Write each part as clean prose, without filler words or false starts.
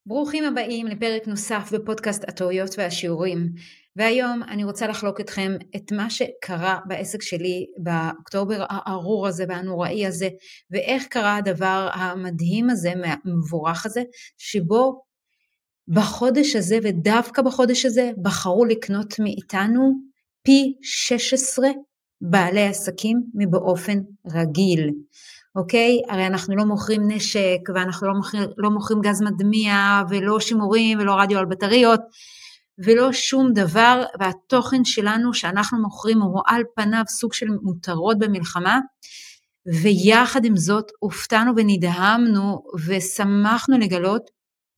ברוכים הבאים לפרק נוסף בפודקאסט הטעויות והשיעורים, והיום אני רוצה לחלוק אתכם את מה שקרה בעסק שלי באוקטובר הארור הזה והנוראי הזה, ואיך קרה הדבר המדהים הזה, המבורך הזה, שבו בחודש הזה ודווקא בחודש הזה בחרו לקנות מאיתנו פי 16 בעלי עסקים מבאופן רגיל. אוקיי? הרי אנחנו לא מוכרים נשק, ואנחנו לא מוכרים גז מדמיע, ולא שימורים, ולא רדיו על בטריות, ולא שום דבר, והתוכן שלנו שאנחנו מוכרים הוא על פניו סוג של מותרות במלחמה, ויחד עם זאת הופתענו ונדהמנו, ושמחנו לגלות,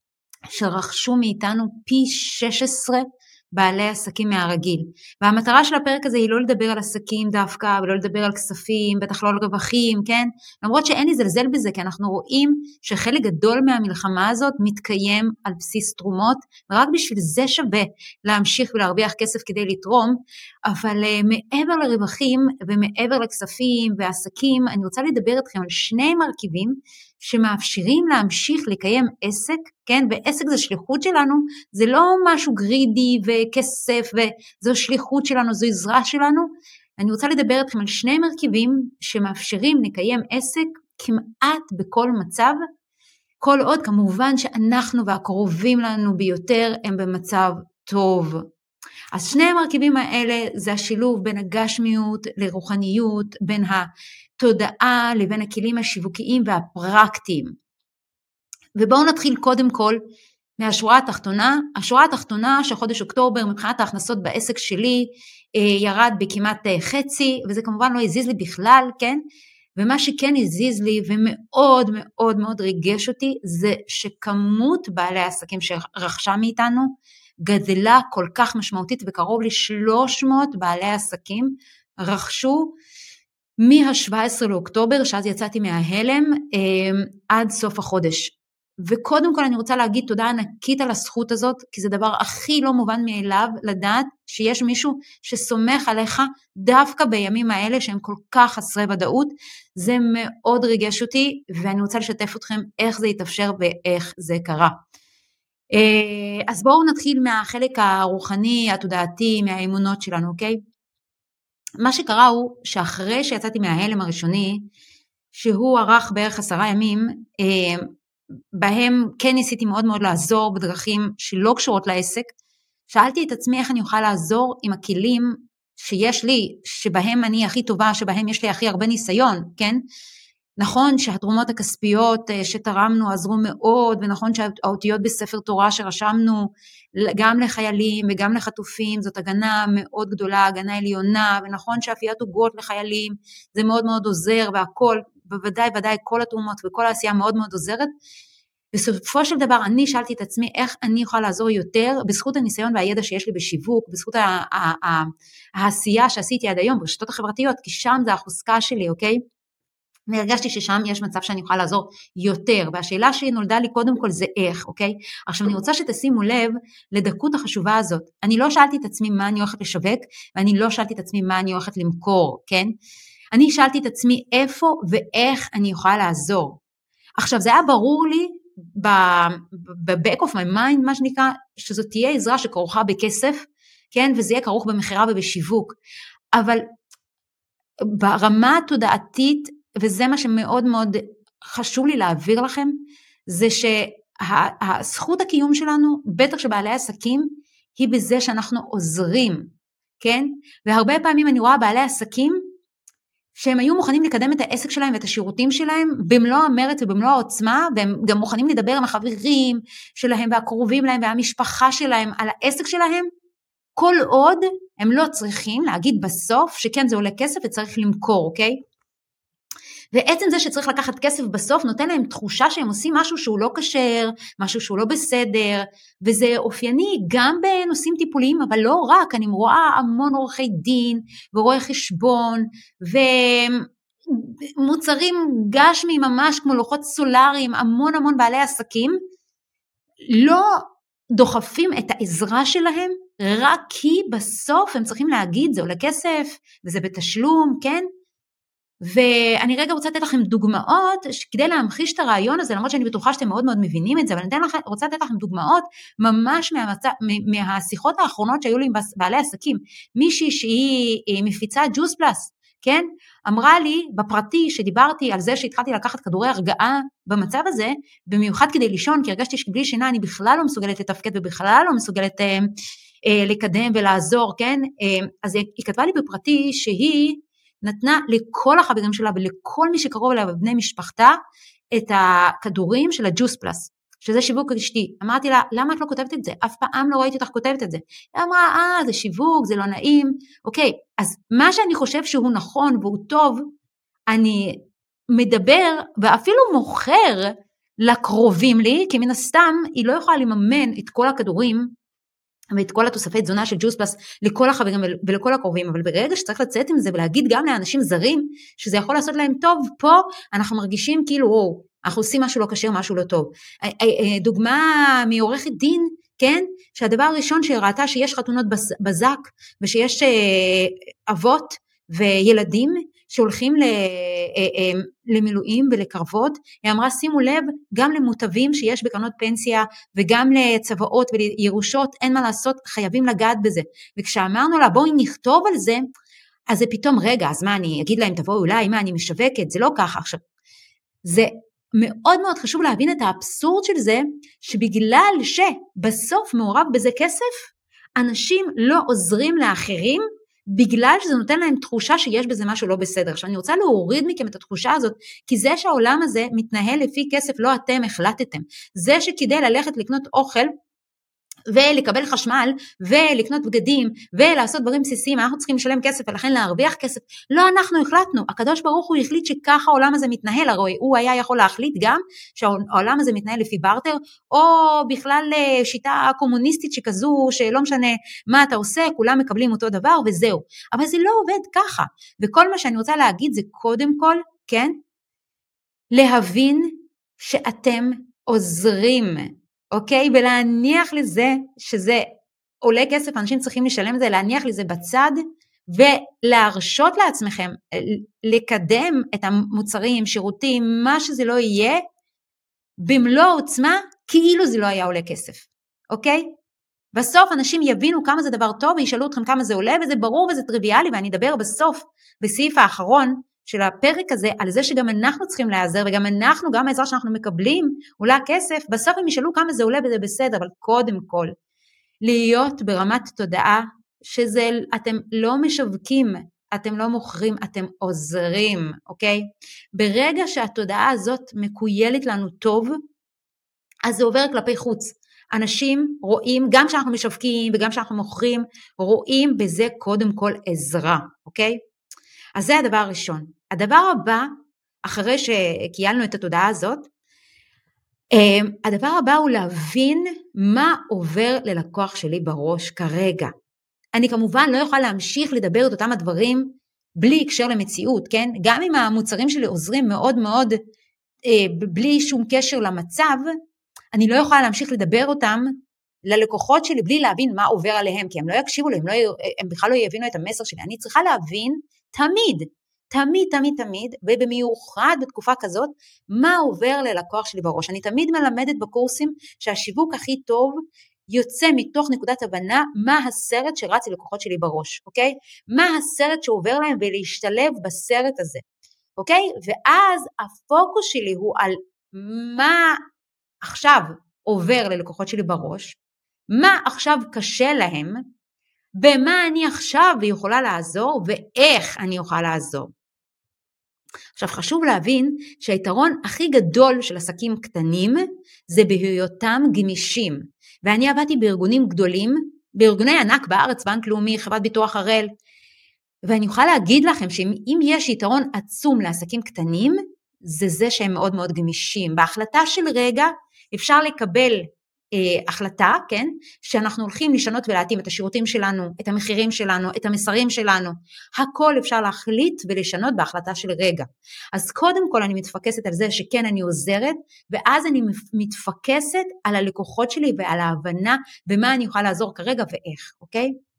שרכשו מאיתנו פי 16 בעלי עסקים מהרגיל. והמטרה של הפרק הזה היא לא לדבר על עסקים דווקא, ולא לדבר על כספים, בטח לא על רווחים, כן? למרות שאין לזלזל בזה, כי אנחנו רואים שחלק גדול מהמלחמה הזאת מתקיים על בסיס תרומות, ורק בשביל זה שווה להמשיך ולהרוויח כסף כדי לתרום, אבל מעבר לרווחים ומעבר לכספים ועסקים, אני רוצה לדבר איתכם על שני מרכיבים, שמאפשרים להמשיך לקיים עסק, כן? ועסק זה שליחות שלנו, זה לא משהו גרידי וכסף, וזו שליחות שלנו, זו עזרה שלנו. אני רוצה לדבר איתכם על שני מרכיבים שמאפשרים לקיים עסק כמעט בכל מצב, כל עוד כמובן שאנחנו והקרובים לנו ביותר הם במצב טוב. אז שני המרכיבים האלה זה השילוב בין הגשמיות לרוחניות, בין התודעה לבין הכלים השיווקיים והפרקטיים. ובואו נתחיל קודם כל מהשורה התחתונה. השורה התחתונה שחודש אוקטובר מבחינת ההכנסות בעסק שלי ירד בכמעט חצי, וזה כמובן לא הזיז לי בכלל, כן? ומה שכן הזיז לי ומאוד מאוד מאוד ריגש אותי, זה שכמות בעלי העסקים שרכשה מאיתנו, גדלה כל כך משמעותית, וקרוב ל-300 בעלי עסקים רכשו מה-17 לאוקטובר, שאז יצאתי מההלם, עד סוף החודש. וקודם כל אני רוצה להגיד תודה ענקית על הזכות הזאת, כי זה דבר הכי לא מובן מאליו לדעת שיש מישהו שסומך עליך דווקא בימים האלה שהם כל כך חסרי ודאות. זה מאוד ריגש אותי, ואני רוצה לשתף אתכם איך זה יתאפשר ואיך זה קרה. אז בואו נתחיל מהחלק הרוחני, התודעתי, מהאמונות שלנו, אוקיי? מה שקרה הוא שאחרי שיצאתי מההלם הראשוני, שהוא ערך בערך 10 ימים, בהם כן ניסיתי מאוד מאוד לעזור בדרכים שלא קשורות לעסק, שאלתי את עצמי איך אני אוכל לעזור עם הכלים שיש לי, שבהם אני הכי טובה, שבהם יש לי הכי הרבה ניסיון, כן? נכון שהתרומות הכספיות שתרמנו עזרו מאוד, ונכון שהאותיות בספר תורה שרשמנו גם לחיילים וגם לחטופים, זאת הגנה מאוד גדולה, הגנה עליונה, ונכון שאפיית עוגות לחיילים, זה מאוד מאוד עוזר, והכל, בוודאי כל התרומות וכל העשייה מאוד מאוד עוזרת. בסופו של דבר אני שאלתי את עצמי איך אני אוכל לעזור יותר, בזכות הניסיון והידע שיש לי בשיווק, בזכות העשייה שעשיתי עד היום ברשתות החברתיות, כי שם זה החוזקה שלי, אוקיי? והרגשתי ששם יש מצב שאני אוכל לעזור יותר, והשאלה שנולדה לי קודם כל זה איך, אוקיי? עכשיו אני רוצה שתשימו לב לדקות החשובה הזאת. אני לא שאלתי את עצמי מה אני הולכת לשווק, ואני לא שאלתי את עצמי מה אני הולכת למכור, כן? אני שאלתי את עצמי איפה ואיך אני אוכל לעזור. עכשיו זה היה ברור לי ב-back of my mind, מה שנקרא, שזאת תהיה עזרה שכרוכה בכסף, כן? וזה יהיה כרוך במחירה ובשיווק. אבל ברמה התודעתית, וזה מה שמאוד מאוד חשוב לי להעביר לכם, זה שהזכות הקיום שלנו, בטח שבעלי עסקים, היא בזה שאנחנו עוזרים, כן? והרבה פעמים אני רואה בעלי עסקים, שהם היו מוכנים לקדם את העסק שלהם ואת השירותים שלהם, במלוא המרץ ובמלוא העוצמה, והם גם מוכנים לדבר עם החברים שלהם, והקרובים להם, והמשפחה שלהם, על העסק שלהם, כל עוד הם לא צריכים להגיד בסוף, שכן זה עולה כסף וצריך למכור, אוקיי? ועצם זה שצריך לקחת כסף בסוף, נותן להם תחושה שהם עושים משהו שהוא לא כשר, משהו שהוא לא בסדר, וזה אופייני גם בנושאים טיפוליים, אבל לא רק, אני רואה המון עורכי דין, ורואי חשבון, ומוצרים גשמיים ממש, כמו לוחות סולריים, המון בעלי עסקים, לא דוחפים את העזרה שלהם, רק כי בסוף הם צריכים להגיד, זה עולה כסף, וזה בתשלום, כן? ואני רגע רוצה לתת לכם דוגמאות, כדי להמחיש את הרעיון הזה, למרות שאני בטוחה שאתם מאוד מאוד מבינים את זה, אבל אני רוצה לתת לכם דוגמאות, ממש מהשיחות האחרונות שהיו לי עם בעלי עסקים, מישהי שהיא מפיצה ג'וס פלאס, כן? אמרה לי בפרטי שדיברתי על זה שהתחלתי לקחת כדורי הרגעה במצב הזה, במיוחד כדי לישון, כי הרגשתי שבלי שינה אני בכלל לא מסוגלת לתפקד, ובכלל לא מסוגלת לקדם ולעזור, כן? אז היא כתבה לי בפרטי שהיא נתנה לכל החברים שלה ולכל מי שקרוב אליה ובני משפחתה את הכדורים של הג'וס פלאס, שזה שיווק רשתי. אמרתי לה, למה את לא כותבת את זה? אף פעם לא ראיתי אותך כותבת את זה. היא אמרה, זה שיווק, זה לא נעים. אוקיי, אז מה שאני חושב שהוא נכון והוא טוב, אני מדבר ואפילו מוכר לקרובים לי, כי מן הסתם היא לא יכולה לממן את כל הכדורים, ואת כל התוספי תזונה של ג'וס פלאס לכל החברים ולכל הקרובים, אבל ברגע שצריך לצאת עם זה ולהגיד גם לאנשים זרים שזה יכול לעשות להם טוב, פה אנחנו מרגישים כאילו אנחנו עושים משהו לא קשר, משהו לא טוב. דוגמה מעורכת דין, כן, שהדבר הראשון שראתה שיש חתונות בזק ושיש אבות וילדים שהולכים למילואים ולקרבות, היא אמרה שימו לב גם למוטבים שיש בקרנות פנסיה וגם לצוואות ולירושות, אין מה לעשות, חייבים לגעת בזה. וכשאמרנו לה בואי נכתוב על זה, אז זה פתאום רגע, אז מה אני אגיד להם תבואו אולי, מה אני משווקת, זה לא ככה. עכשיו, זה מאוד מאוד חשוב להבין את האבסורד של זה, שבגלל שבסוף מעורב בזה כסף, אנשים לא עוזרים לאחרים, בגלל שזה נותן להם תחושה שיש בזה משהו לא בסדר. עכשיו אני רוצה להוריד מכם את התחושה הזאת, כי זה שהעולם הזה מתנהל לפי כסף, לא אתם החלטתם. זה שכדי ללכת לקנות אוכל, ולקבל חשמל, ולקנות בגדים, ולעשות דברים בסיסיים, אנחנו צריכים לשלם כסף, ולכן להרוויח כסף. לא אנחנו החלטנו, הקדוש ברוך הוא החליט שככה העולם הזה מתנהל, הרי הוא היה יכול להחליט גם, שהעולם הזה מתנהל לפי ברטר, או בכלל שיטה קומוניסטית שכזו, שלא משנה מה אתה עושה, כולם מקבלים אותו דבר, וזהו. אבל זה לא עובד ככה, וכל מה שאני רוצה להגיד זה קודם כל, כן, להבין שאתם עוזרים, אוקיי? ולהניח לזה שזה עולה כסף, אנשים צריכים לשלם את זה, להניח לזה בצד, ולהרשות לעצמכם לקדם את המוצרים, שירותים, מה שזה לא יהיה, במלוא עוצמה, כאילו זה לא היה עולה כסף, אוקיי? בסוף אנשים יבינו כמה זה דבר טוב, וישאלו אתכם כמה זה עולה, וזה ברור וזה טריוויאלי, ואני אדבר בסוף, בסעיף האחרון, של הפרק הזה, על זה שגם אנחנו צריכים להיעזר, וגם אנחנו, גם העזרה שאנחנו מקבלים, עולה כסף, בסוף הם ישאלו כמה זה עולה, וזה בסדר, אבל קודם כל, להיות ברמת תודעה, שזה, אתם לא משווקים, אתם לא מוכרים, אתם עוזרים, אוקיי? ברגע שהתודעה הזאת מקוילת לנו טוב, אז זה עובר כלפי חוץ. אנשים רואים, גם כשאנחנו משווקים, וגם כשאנחנו מוכרים, רואים בזה קודם כל עזרה, אוקיי? אז זה הדבר הראשון. הדבר הבא, אחרי שקיילנו את התודעה הזאת, הדבר הבא הוא להבין מה עובר ללקוח שלי בראש כרגע. אני כמובן לא יכולה להמשיך לדבר את אותם הדברים בלי הקשר למציאות, כן? גם אם המוצרים שלי עוזרים מאוד מאוד בלי שום קשר למצב, אני לא יכולה להמשיך לדבר אותם ללקוחות שלי בלי להבין מה עובר עליהם, כי הם לא יקשיבו להם, הם בכלל לא יבינו את המסר שלי. אני צריכה להבין תמיד, ובמיוחד בתקופה כזאת, מה עובר ללקוח שלי בראש. אני תמיד מלמדת בקורסים שהשיווק הכי טוב יוצא מתוך נקודת הבנה מה הסרט שרץ ללקוחות שלי בראש, אוקיי? מה הסרט שעובר להם ולהשתלב בסרט הזה, אוקיי? ואז הפוקוס שלי הוא על מה עכשיו עובר ללקוחות שלי בראש, מה עכשיו קשה להם, במה אני עכשיו יכולה לעזור, ואיך אני יכולה לעזור. עכשיו חשוב להבין שהיתרון הכי גדול של עסקים קטנים, זה בהיותם גמישים, ואני עבדתי בארגונים גדולים, בארגוני ענק בארץ, בנק לאומי, חברת ביטוח הראל, ואני יכולה להגיד לכם שאם יש יתרון עצום לעסקים קטנים, זה שהם מאוד מאוד גמישים. בהחלטה של רגע אפשר לקבל החלטה, כן? שאנחנו הולכים לשנות ולהתאים את השירותים שלנו, את המחירים שלנו, את המסרים שלנו. הכל אפשר להחליט ולשנות בהחלטה של רגע. אז קודם כל אני מתפקסת על זה שכן אני עוזרת, ואז אני מתפקסת על הלקוחות שלי ועל ההבנה במה אני יכולה לעזור כרגע ואיך, אוקיי?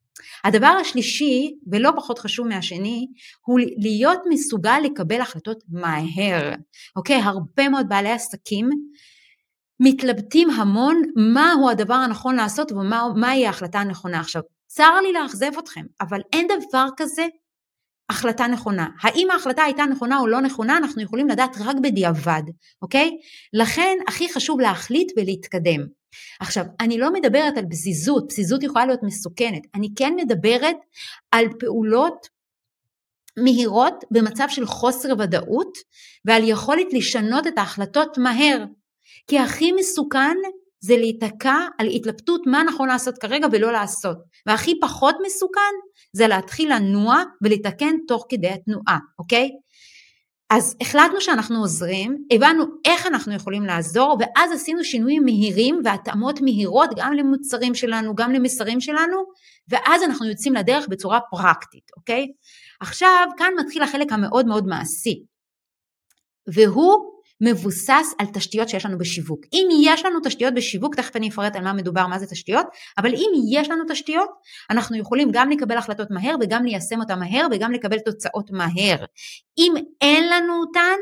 הדבר השלישי, ולא פחות חשוב מהשני, הוא להיות מסוגל לקבל החלטות מהר. אוקיי? הרבה מאוד בעלי עסקים מתלבטים המון מהו הדבר הנכון לעשות ומהי ההחלטה הנכונה. עכשיו, צר לי לאכזב אתכם, אבל אין דבר כזה החלטה נכונה. האם ההחלטה הייתה נכונה או לא נכונה, אנחנו יכולים לדעת רק בדיעבד, אוקיי? לכן הכי חשוב להחליט ולהתקדם. עכשיו, אני לא מדברת על פזיזות, פזיזות יכולה להיות מסוכנת, אני כן מדברת על פעולות מהירות במצב של חוסר ודאות, ועל יכולת לשנות את ההחלטות מהר, כי הכי מסוכן זה להיתקע על התלבטות מה נכון לעשות כרגע ולא לעשות, והכי פחות מסוכן זה להתחיל לנוע ולתקן תוך כדי התנועה, אוקיי? אז החלטנו שאנחנו עוזרים, הבנו איך אנחנו יכולים לעזור, ואז עשינו שינויים מהירים והתאמות מהירות גם למוצרים שלנו, גם למסרים שלנו, ואז אנחנו יוצאים לדרך בצורה פרקטית, אוקיי? עכשיו, כאן מתחיל החלק המאוד מאוד מעשי, והוא מבוסס על תשתיות שיש לנו בשיווק. אם יש לנו תשתיות בשיווק, תכף אני אפרט על מה מדובר, מה זה תשתיות, אבל אם יש לנו תשתיות, אנחנו יכולים גם לקבל החלטות מהר, וגם ליישם אותן מהר, וגם לקבל תוצאות מהר. אם אין לנו אותן,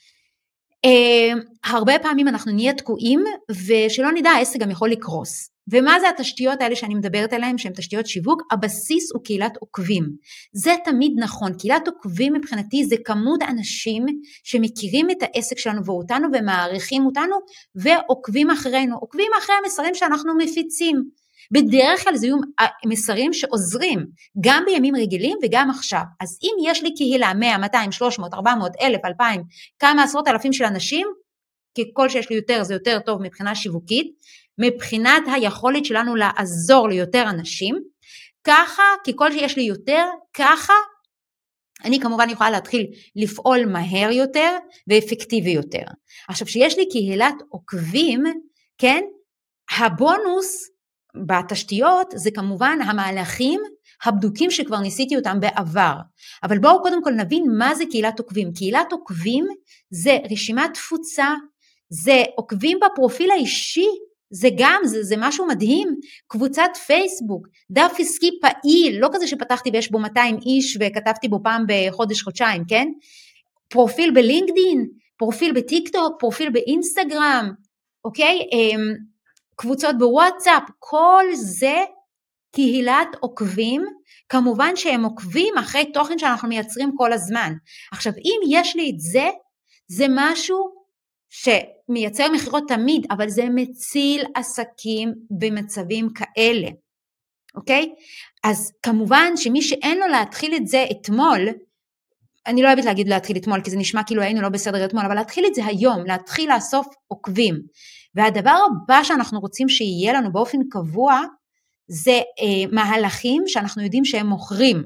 הרבה פעמים אנחנו נהיה תקועים, ושלא נדע, העסק גם יכול לקרוס. ומה זה התשתיות האלה שאני מדברת עליהן, שהן תשתיות שיווק? הבסיס הוא קהילת עוקבים. זה תמיד נכון, קהילת עוקבים מבחינתי זה כמות אנשים שמכירים את העסק שלנו ואותנו ומעריכים אותנו, ועוקבים אחרינו, עוקבים אחרי המסרים שאנחנו מפיצים. בדרך כלל זה יהיו מסרים שעוזרים, גם בימים רגילים וגם עכשיו. אז אם יש לי קהילה 100, 200, 300, 400, 1,000, 2,000, כמה עשרות אלפים של אנשים, כי כל שיש לי יותר זה יותר טוב מבחינה שיווקית, מבחינת היכולת שלנו לעזור ליותר אנשים, ככה, כי כל שיש לי יותר, ככה, אני כמובן יכולה להתחיל לפעול מהר יותר ואפקטיבי יותר. עכשיו, שיש לי קהילת עוקבים, כן, הבונוס בתשתיות זה כמובן המהלכים הבדוקים שכבר ניסיתי אותם בעבר. אבל בואו קודם כל נבין מה זה קהילת עוקבים. קהילת עוקבים זה רשימת תפוצה, זה עוקבים בפרופיל האישי, זה משהו מדהים, קבוצת פייסבוק, דף עסקי פעיל, לא כזה שפתחתי ויש בו 200 איש וכתבתי בו פעם בחודש חודשיים, כן? פרופיל בלינקדין, פרופיל בטיקטוק, פרופיל באינסטגרם, אוקיי? קבוצות בוואטסאפ, כל זה קהילת עוקבים, כמובן שהם עוקבים אחרי תוכן שאנחנו מייצרים כל הזמן. עכשיו, אם יש לי את זה, זה משהו שמייצר מחירות תמיד, אבל זה מציל עסקים במצבים כאלה, אוקיי? אז כמובן שמי שאין לו להתחיל את זה אתמול, אני לא אוהבת להגיד להתחיל אתמול, כי זה נשמע כאילו היינו לא בסדר אתמול, אבל להתחיל את זה היום, להתחיל לאסוף עוקבים. והדבר הבא שאנחנו רוצים שיהיה לנו באופן קבוע, זה מהלכים שאנחנו יודעים שהם מוכרים.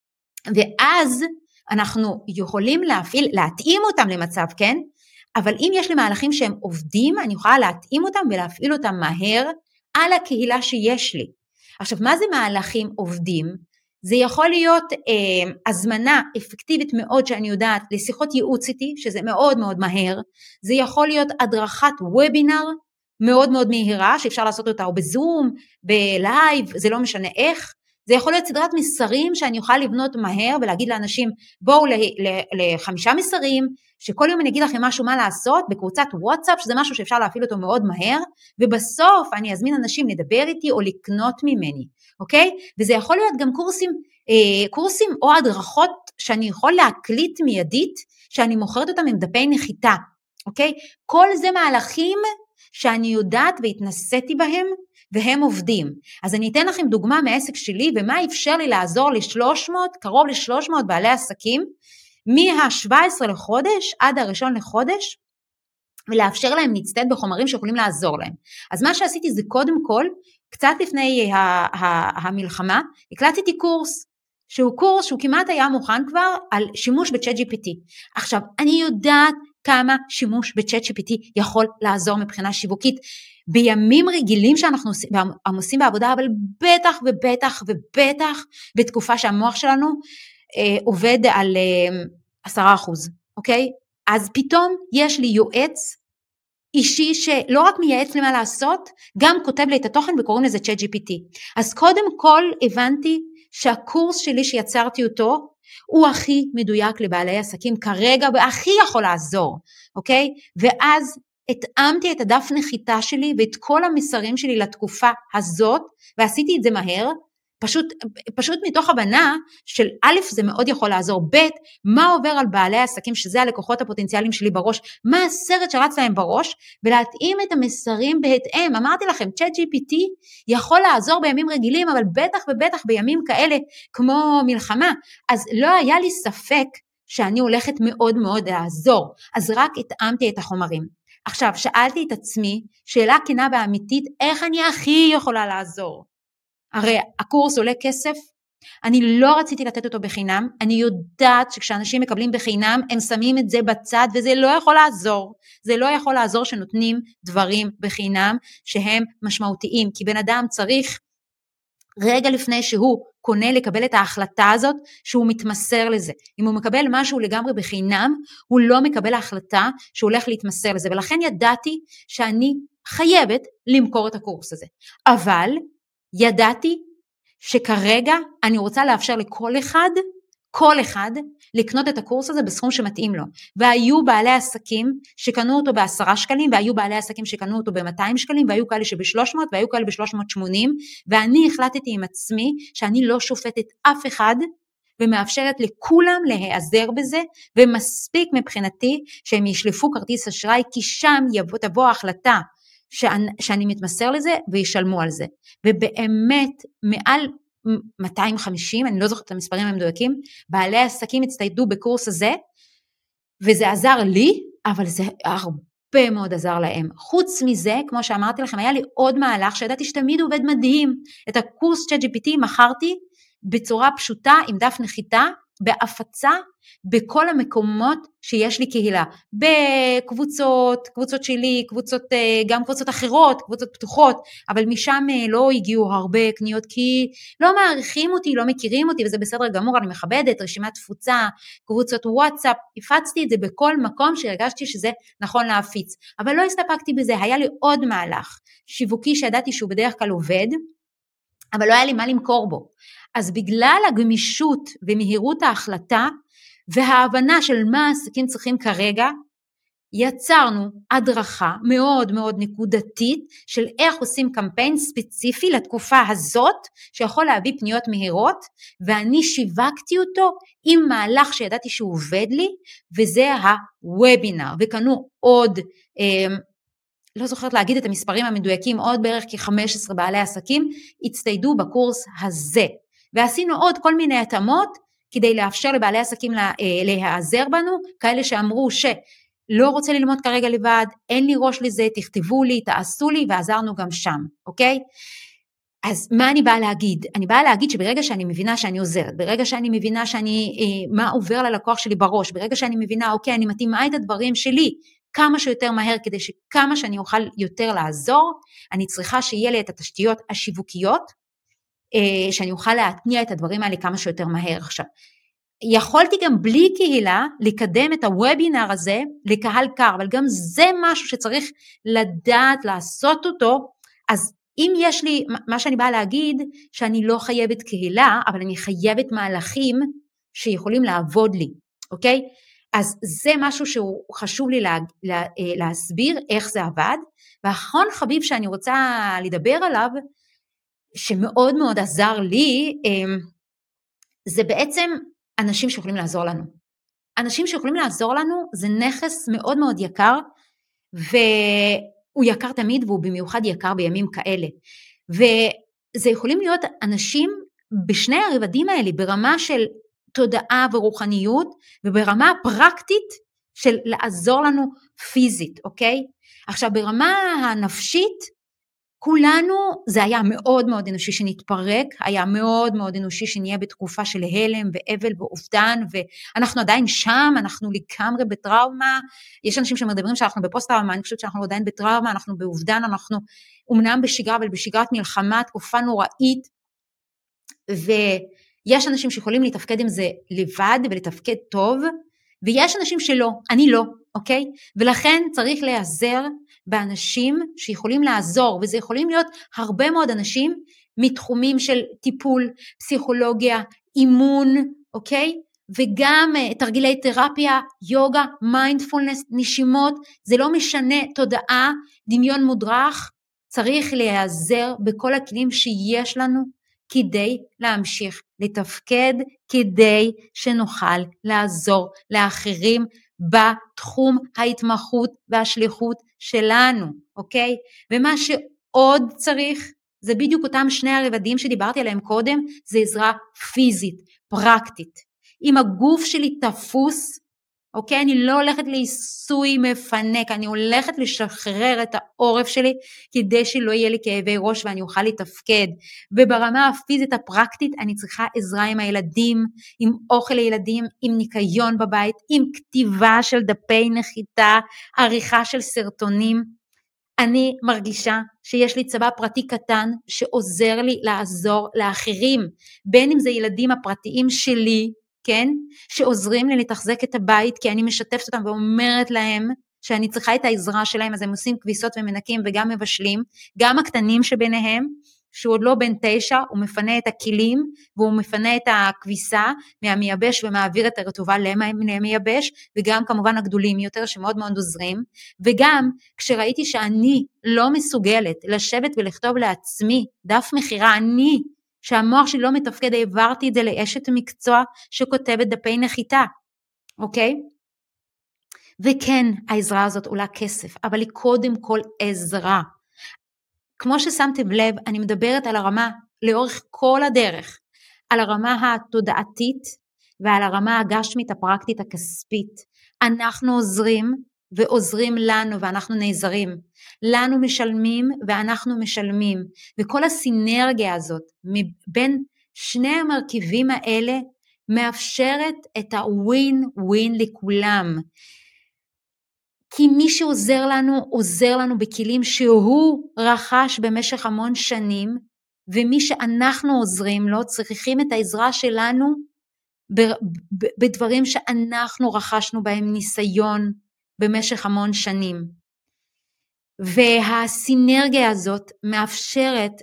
ואז אנחנו יכולים להתאים אותם למצב, כן? אבל אם יש לי מהלכים שהם עובדים, אני יכולה להתאים אותם ולהפעיל אותם מהר על הקהילה שיש לי. עכשיו, מה זה מהלכים עובדים? זה יכול להיות הזמנה אפקטיבית מאוד שאני יודעת לשיחות ייעוץ איתי, שזה מאוד מאוד מהר. זה יכול להיות הדרכת וובינר מאוד מאוד מהירה, שאפשר לעשות אותה או בזום, בלייב, זה לא משנה איך. זה יכול להיות סדרת מסרים שאני אוכל לבנות מהר ולהגיד לאנשים, בואו ל5 מסרים, שכל יום אני אגיד לכם משהו מה לעשות, בקבוצת וואטסאפ, שזה משהו שאפשר להפעיל אותו מאוד מהר, ובסוף אני אזמין אנשים לדבר איתי או לקנות ממני, אוקיי? וזה יכול להיות גם קורסים או הדרכות שאני יכול להקליט מיידית, שאני מוכרת אותם עם דפי נחיתה, אוקיי? כל זה מהלכים שאני יודעת והתנסיתי בהם, והם עובדים. אז אני אתן לכם דוגמה מהעסק שלי, ומה אפשר לי לעזור קרוב ל-300 בעלי עסקים, מה-17 לחודש עד הראשון לחודש, ולאפשר להם להצטייד בחומרים שיכולים לעזור להם. אז מה שעשיתי זה קודם כל, קצת לפני המלחמה, הקלטתי קורס, שהוא קורס שהוא כמעט היה מוכן כבר, על שימוש בצ'אט GPT. עכשיו, אני יודעת כמה שימוש בצ'אט GPT יכול לעזור מבחינה שיווקית, בימים רגילים שאנחנו עושים בעבודה, אבל בטח ובטח ובטח, בתקופה שהמוח שלנו עובד על 10%, אוקיי? אז פתאום יש לי יועץ אישי שלא רק מייעץ לי מה לעשות, גם כותב לי את התוכן וקוראים לזה ChatGPT. אז קודם כל הבנתי שהקורס שלי שיצרתי אותו, הוא הכי מדויק לבעלי עסקים כרגע, והכי יכול לעזור, אוקיי? ואז התאמתי את הדף נחיתה שלי ואת כל המסרים שלי לתקופה הזאת, ועשיתי את זה מהר, פשוט מתוך הבנה של א', זה מאוד יכול לעזור, ב', מה עובר על בעלי העסקים, שזה הלקוחות הפוטנציאליים שלי בראש, מה הסרט שרץ להם בראש, ולהתאים את המסרים בהתאם. אמרתי לכם, ChatGPT יכול לעזור בימים רגילים, אבל בטח ובטח בימים כאלה כמו מלחמה, אז לא היה לי ספק שאני הולכת מאוד מאוד לעזור, אז רק התאמתי את החומרים. עכשיו, שאלתי את עצמי, שאלה כנה ואמיתית, איך אני הכי יכולה לעזור? הרי הקורס עולה כסף, אני לא רציתי לתת אותו בחינם, אני יודעת שכשאנשים מקבלים בחינם, הם שמים את זה בצד, וזה לא יכול לעזור, זה לא יכול לעזור שנותנים דברים בחינם, שהם משמעותיים, כי בן אדם צריך רגע לפני שהוא קונה לקבל את ההחלטה הזאת, שהוא מתמסר לזה. אם הוא מקבל משהו לגמרי בחינם, הוא לא מקבל ההחלטה שהוא הולך להתמסר לזה, ולכן ידעתי שאני חייבת למכור את הקורס הזה. אבל ידעתי שכרגע אני רוצה לאפשר כל אחד לקנות את הקורס הזה בסכום שמתאים לו, והיו בעלי עסקים שקנו אותו ב10 שקלים, והיו בעלי עסקים שקנו אותו ב200 שקלים, והיו כאלה שב300 והיו כאלה ב380, ואני החלטתי עם עצמי שאני לא שופטת אף אחד, ומאפשרת לכולם להיעזר בזה, ומספיק מבחינתי שהם ישלפו כרטיס אשראי, כי שם תבוא ההחלטה שאני מתמסר לזה וישלמו על זה. ובאמת מעל 250, אני לא זוכרת את המספרים המדויקים, בעלי עסקים הצטיידו בקורס הזה, וזה עזר לי, אבל זה הרבה מאוד עזר להם. חוץ מזה, כמו שאמרתי לכם, היה לי עוד מהלך שידעתי שתמיד עובד מדהים. את הקורס ChatGPT מכרתי בצורה פשוטה, עם דף נחיתה, בהפצה, בכל המקומות שיש לי קהילה, קבוצות שלי, גם קבוצות אחרות, קבוצות פתוחות, אבל משם לא הגיעו הרבה קניות, כי לא מעריכים אותי, לא מכירים אותי, וזה בסדר גמור, אני מכבדת, רשימת תפוצה, קבוצות וואטסאפ, הפצתי את זה בכל מקום שהרגשתי שזה נכון להפיץ, אבל לא הסתפקתי בזה, היה לי עוד מהלך, שיווקי שידעתי שהוא בדרך כלל עובד, אבל לא היה לי מה למכור בו, אז בגלל הגמישות ומהירות ההחלטה, וההבנה של מה העסקים צריכים כרגע, יצרנו הדרכה מאוד מאוד נקודתית, של איך עושים קמפיין ספציפי לתקופה הזאת, שיכול להביא פניות מהירות, ואני שיווקתי אותו עם מהלך שידעתי שהוא עובד לי, וזה הוובינר, וקנו עוד, לא זוכרת להגיד את המספרים המדויקים, עוד בערך כ-15 בעלי עסקים, הצטיידו בקורס הזה, ועשינו עוד כל מיני התאמות, כדי לאפשר לבעלי עסקים להיעזר בנו, כאלה שאמרו שלא רוצה ללמוד כרגע לבד, אין לי ראש לזה, תכתבו לי, תעשו לי, ועזרנו גם שם, אוקיי? אז מה אני באה להגיד? אני באה להגיד שברגע שאני מבינה שאני עוזרת, ברגע שאני מבינה מה עובר ללקוח שלי בראש, ברגע שאני מבינה, אוקיי, אני מתאימה את הדברים שלי, כמה שיותר מהר, כדי שכמה שאני אוכל יותר לעזור, אני צריכה שיהיה לי את התשתיות השיווקיות, שאני אוכל להתניע את הדברים האלה כמה שיותר מהר. עכשיו, יכולתי גם בלי קהילה לקדם את הוובינר הזה לקהל קר, אבל גם זה משהו שצריך לדעת לעשות אותו, אז אם יש לי, מה שאני באה להגיד, שאני לא חייבת קהילה, אבל אני חייבת מהלכים שיכולים לעבוד לי, אוקיי? אז זה משהו שהוא חשוב לי להסביר איך זה עבד, והאחרון חביב שאני רוצה לדבר עליו, שמאוד מאוד עזר לי, זה בעצם אנשים שיכולים לעזור לנו. אנשים שיכולים לעזור לנו זה נכס מאוד מאוד יקר, והוא יקר תמיד, והוא במיוחד יקר בימים כאלה. וזה יכולים להיות אנשים בשני הרבדים האלה, ברמה של תודעה ורוחניות, וברמה פרקטית של לעזור לנו פיזית, אוקיי? עכשיו ברמה הנפשית, כולנו, זה היה מאוד מאוד אנושי שנתפרק, היה מאוד מאוד אנושי שנהיה בתקופה של הלם ואבל ואובדן, ואנחנו עדיין שם, אנחנו לגמרי בטראומה, יש אנשים שמדברים שאנחנו בפוסט טראומה, אני חושבת שאנחנו עדיין בטראומה, אנחנו באובדן, אנחנו אומנם בשגרה, אבל בשגרת מלחמה, תקופה נוראית, ויש אנשים שיכולים לתפקד עם זה לבד ולתפקד טוב, ויש אנשים שלא, אני לא, אוקיי? ולכן צריך להיעזר באנשים שיכולים לעזור, וזה יכולים להיות הרבה מאוד אנשים מתחומים של טיפול, פסיכולוגיה, אימון, אוקיי? וגם תרגילי תרפיה, יוגה, מיינדפולנס, נשימות, זה לא משנה, תודעה, דמיון מודרך, צריך להיעזר בכל הכלים שיש לנו כדי להמשיך לתפקד, כדי שנוכל לעזור לאחרים בתחום ההתמחות והשליחות שלנו, אוקיי? ומה שעוד צריך, זה בדיוק אותם שני הרבדים שדיברתי עליהם קודם, זה עזרה פיזית, פרקטית. אם הגוף שלי תפוס, אוקיי, אני לא הולכת לעיסוי מפנק, אני הולכת לשחרר את העורף שלי, כדי שלא יהיה לי כאבי ראש ואני אוכל לתפקד. וברמה הפיזית הפרקטית, אני צריכה עזרה עם הילדים, עם אוכל לילדים, עם ניקיון בבית, עם כתיבה של דפי נחיתה, עריכה של סרטונים. אני מרגישה שיש לי צבא פרטי קטן, שעוזר לי לעזור לאחרים, בין אם זה ילדים הפרטיים שלי, כן? שעוזרים לי לתחזק את הבית, כי אני משתפת אותם ואומרת להם שאני צריכה את העזרה שלהם, אז הם עושים כביסות ומנקים וגם מבשלים, גם הקטנים שביניהם, שהוא עוד לא בן 9, הוא מפנה את הכלים, והוא מפנה את הכביסה מהמייבש ומעביר את הרטובה למייבש, וגם כמובן הגדולים יותר שמאוד מאוד עוזרים, וגם כשראיתי שאני לא מסוגלת לשבת ולכתוב לעצמי דף מחירה, שהמוח שלי לא מתפקד, העברתי את זה לאשת מקצוע שכותבת דפי נחיתה, אוקיי? וכן, העזרה הזאת עולה כסף, אבל היא קודם כל עזרה. כמו ששמתם לב, אני מדברת על הרמה לאורך כל הדרך, על הרמה התודעתית ועל הרמה הגשמית, הפרקטית, הכספית. אנחנו עוזרים ועוזרים לנו ואנחנו נעזרים. לנו משלמים ואנחנו משלמים. וכל הסינרגיה הזאת בין שני המרכיבים האלה מאפשרת את הווין ווין לכולם. כי מי שעוזר לנו, עוזר לנו בכלים שהוא רכש במשך המון שנים, ומי שאנחנו עוזרים לו, צריכים את העזרה שלנו בדברים שאנחנו רכשנו בהם ניסיון במשך המון שנים. והסינרגיה הזאת מאפשרת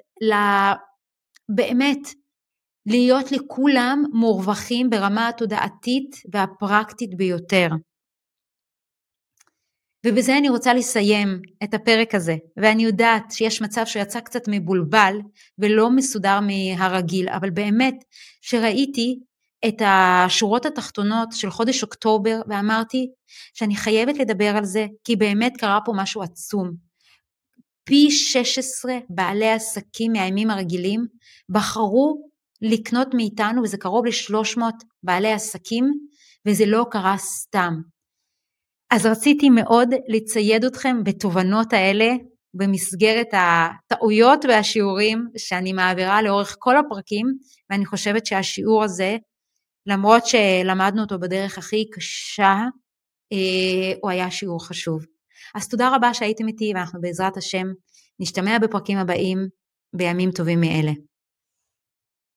באמת להיות לכולם מורווחים ברמה התודעתית והפרקטית ביותר. ובזה אני רוצה לסיים את הפרק הזה, ואני יודעת שיש מצב שיצא קצת מבולבל ולא מסודר מהרגיל, אבל באמת שראיתי את השורות התחתונות של חודש אוקטובר, ואמרתי שאני חייבת לדבר על זה, כי באמת קרה פה משהו עצום. פי 16 בעלי עסקים מהימים הרגילים בחרו לקנות מאיתנו, וזה קרוב ל-300 בעלי עסקים, וזה לא קרה סתם. אז רציתי מאוד לצייד אתכם בתובנות האלה, במסגרת הטעויות והשיעורים שאני מעבירה לאורך כל הפרקים, ואני חושבת שהשיעור הזה, למרות שלמדנו אותו בדרך הכי קשה, הוא היה שיעור חשוב. אז תודה רבה שהייתם איתי, ואנחנו בעזרת השם נשתמע בפרקים הבאים בימים טובים מאלה.